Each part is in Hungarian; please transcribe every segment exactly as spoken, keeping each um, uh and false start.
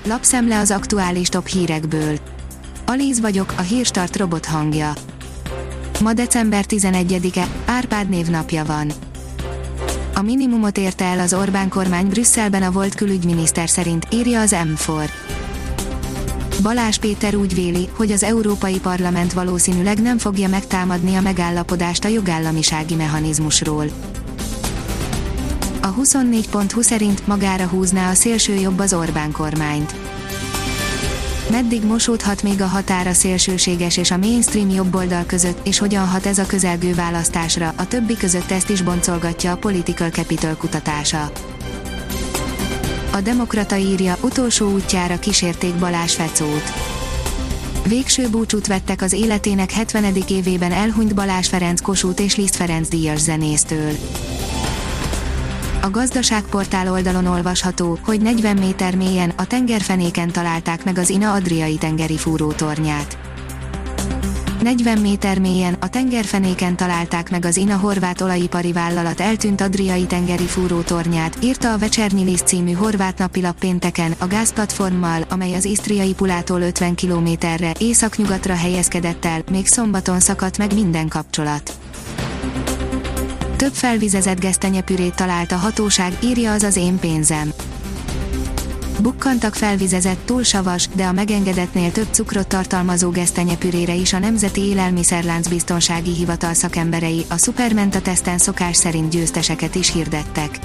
Lapszemle az aktuális top hírekből. Alíz vagyok, a Hírstart robot hangja. Ma december tizenegyedike, Árpád névnapja van. A minimumot érte el az Orbán kormány Brüsszelben a volt külügyminiszter szerint, írja az M négy. Balázs Péter úgy véli, hogy az Európai Parlament valószínűleg nem fogja megtámadni a megállapodást a jogállamisági mechanizmusról. A huszonnégy pont hu szerint magára húzná a szélsőjobb az Orbán kormányt. Meddig mosódhat még a határ a szélsőséges és a mainstream jobboldal között, és hogyan hat ez a közelgő választásra, a többi között ezt is boncolgatja a Political Capital kutatása. A Demokrata írja, utolsó útjára kísérték Balázs Fecót. Végső búcsút vettek az életének hetvenedik évében elhunyt Balázs Ferenc Kossuth és Liszt Ferenc díjas zenésztől. A Gazdaságportál oldalon olvasható, hogy negyven méter mélyen, a tengerfenéken találták meg az Ina adriai tengeri fúrótornyát. negyven méter mélyen, a tengerfenéken találták meg az Ina horvát olajipari vállalat eltűnt adriai tengeri fúrótornyát, írta a Večernji List című horvát napilap pénteken, a gázplatformmal, amely az isztriai Pulától ötven kilométerre északnyugatra helyezkedett el, még szombaton szakadt meg minden kapcsolat. Több felvizezett gesztenyepürét talált a hatóság, írja az az Én pénzem. Bukkantak felvizezett, túlsavas, de a megengedettnél több cukrot tartalmazó gesztenyepürére is a Nemzeti Élelmiszerlánc Biztonsági Hivatal szakemberei, a Supermenta teszten szokás szerint győzteseket is hirdettek.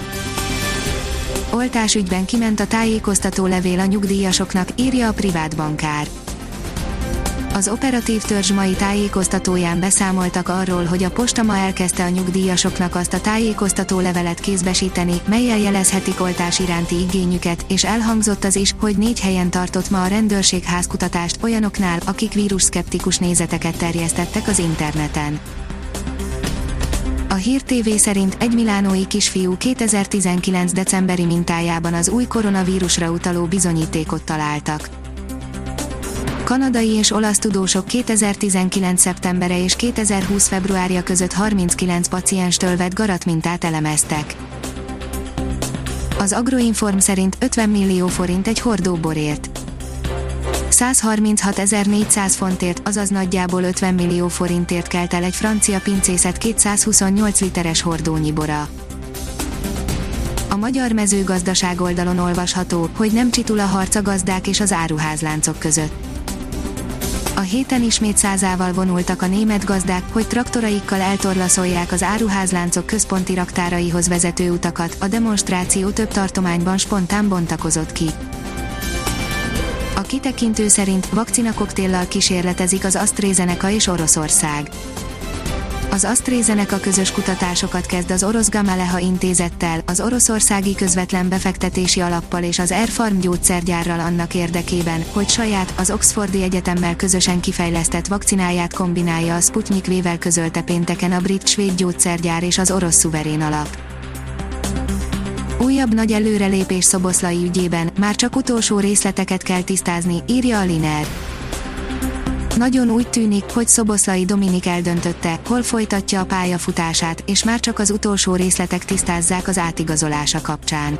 Oltásügyben kiment a tájékoztató levél a nyugdíjasoknak, írja a privát bankár. Az operatív törzs mai tájékoztatóján beszámoltak arról, hogy a posta ma elkezdte a nyugdíjasoknak azt a tájékoztató levelet kézbesíteni, mellyel jelezhetik oltás iránti igényüket, és elhangzott az is, hogy négy helyen tartott ma a rendőrség házkutatást olyanoknál, akik vírusszkeptikus nézeteket terjesztettek az interneten. A Hír té vé szerint egy milánói kisfiú kétezer-tizenkilenc decemberi mintájában az új koronavírusra utaló bizonyítékot találtak. Kanadai és olasz tudósok kétezer-tizenkilenc szeptembere és kétezer-húsz februárja között harminckilenc pacienstől vett garatmintát elemeztek. Az Agroinform szerint ötven millió forint egy hordó borért. százharminchatezer-négyszáz fontért, azaz nagyjából ötven millió forintért kelt el egy francia pincészet kétszázhuszonnyolc literes hordónyi bora. A Magyar Mezőgazdaság oldalon olvasható, hogy nem csitul a harc a gazdák és az áruházláncok között. A héten ismét százával vonultak a német gazdák, hogy traktoraikkal eltorlaszolják az áruházláncok központi raktáraihoz vezető utakat, a demonstráció több tartományban spontán bontakozott ki. A kitekintő szerint vakcinakoktéllal kísérletezik az AstraZeneca és Oroszország. Az AstraZeneca közös kutatásokat kezd az orosz Gamaleya intézettel, az oroszországi közvetlen befektetési alappal és az Airfarm gyógyszergyárral annak érdekében, hogy saját, az Oxfordi Egyetemmel közösen kifejlesztett vakcináját kombinálja a Sputnik V-vel, közölte pénteken a brit-svéd gyógyszergyár és az orosz szuverén alap. Újabb nagy előrelépés Szoboszlai ügyében, már csak utolsó részleteket kell tisztázni, írja a Liner. Nagyon úgy tűnik, hogy Szoboszlai Dominik eldöntötte, hol folytatja a pályafutását, és már csak az utolsó részletek tisztázzák az átigazolása kapcsán.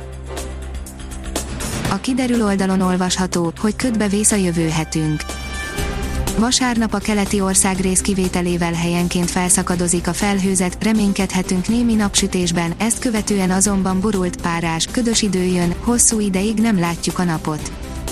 A Kiderül oldalon olvasható, hogy ködbe vész a jövő hetünk. Vasárnap a keleti országrész kivételével helyenként felszakadozik a felhőzet, reménykedhetünk némi napsütésben, ezt követően azonban borult, párás, ködös idő jön, hosszú ideig nem látjuk a napot.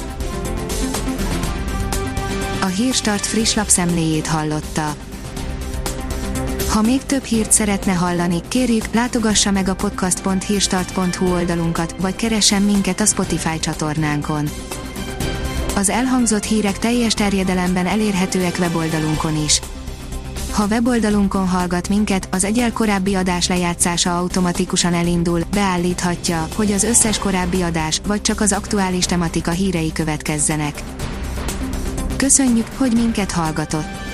A Hírstart friss lapszemléjét hallotta. Ha még több hírt szeretne hallani, kérjük, látogassa meg a podcast pont hírstart pont hu oldalunkat, vagy keressen minket a Spotify csatornánkon. Az elhangzott hírek teljes terjedelemben elérhetőek weboldalunkon is. Ha weboldalunkon hallgat minket, az egyel korábbi adás lejátszása automatikusan elindul, beállíthatja, hogy az összes korábbi adás, vagy csak az aktuális tematika hírei következzenek. Köszönjük, hogy minket hallgatott!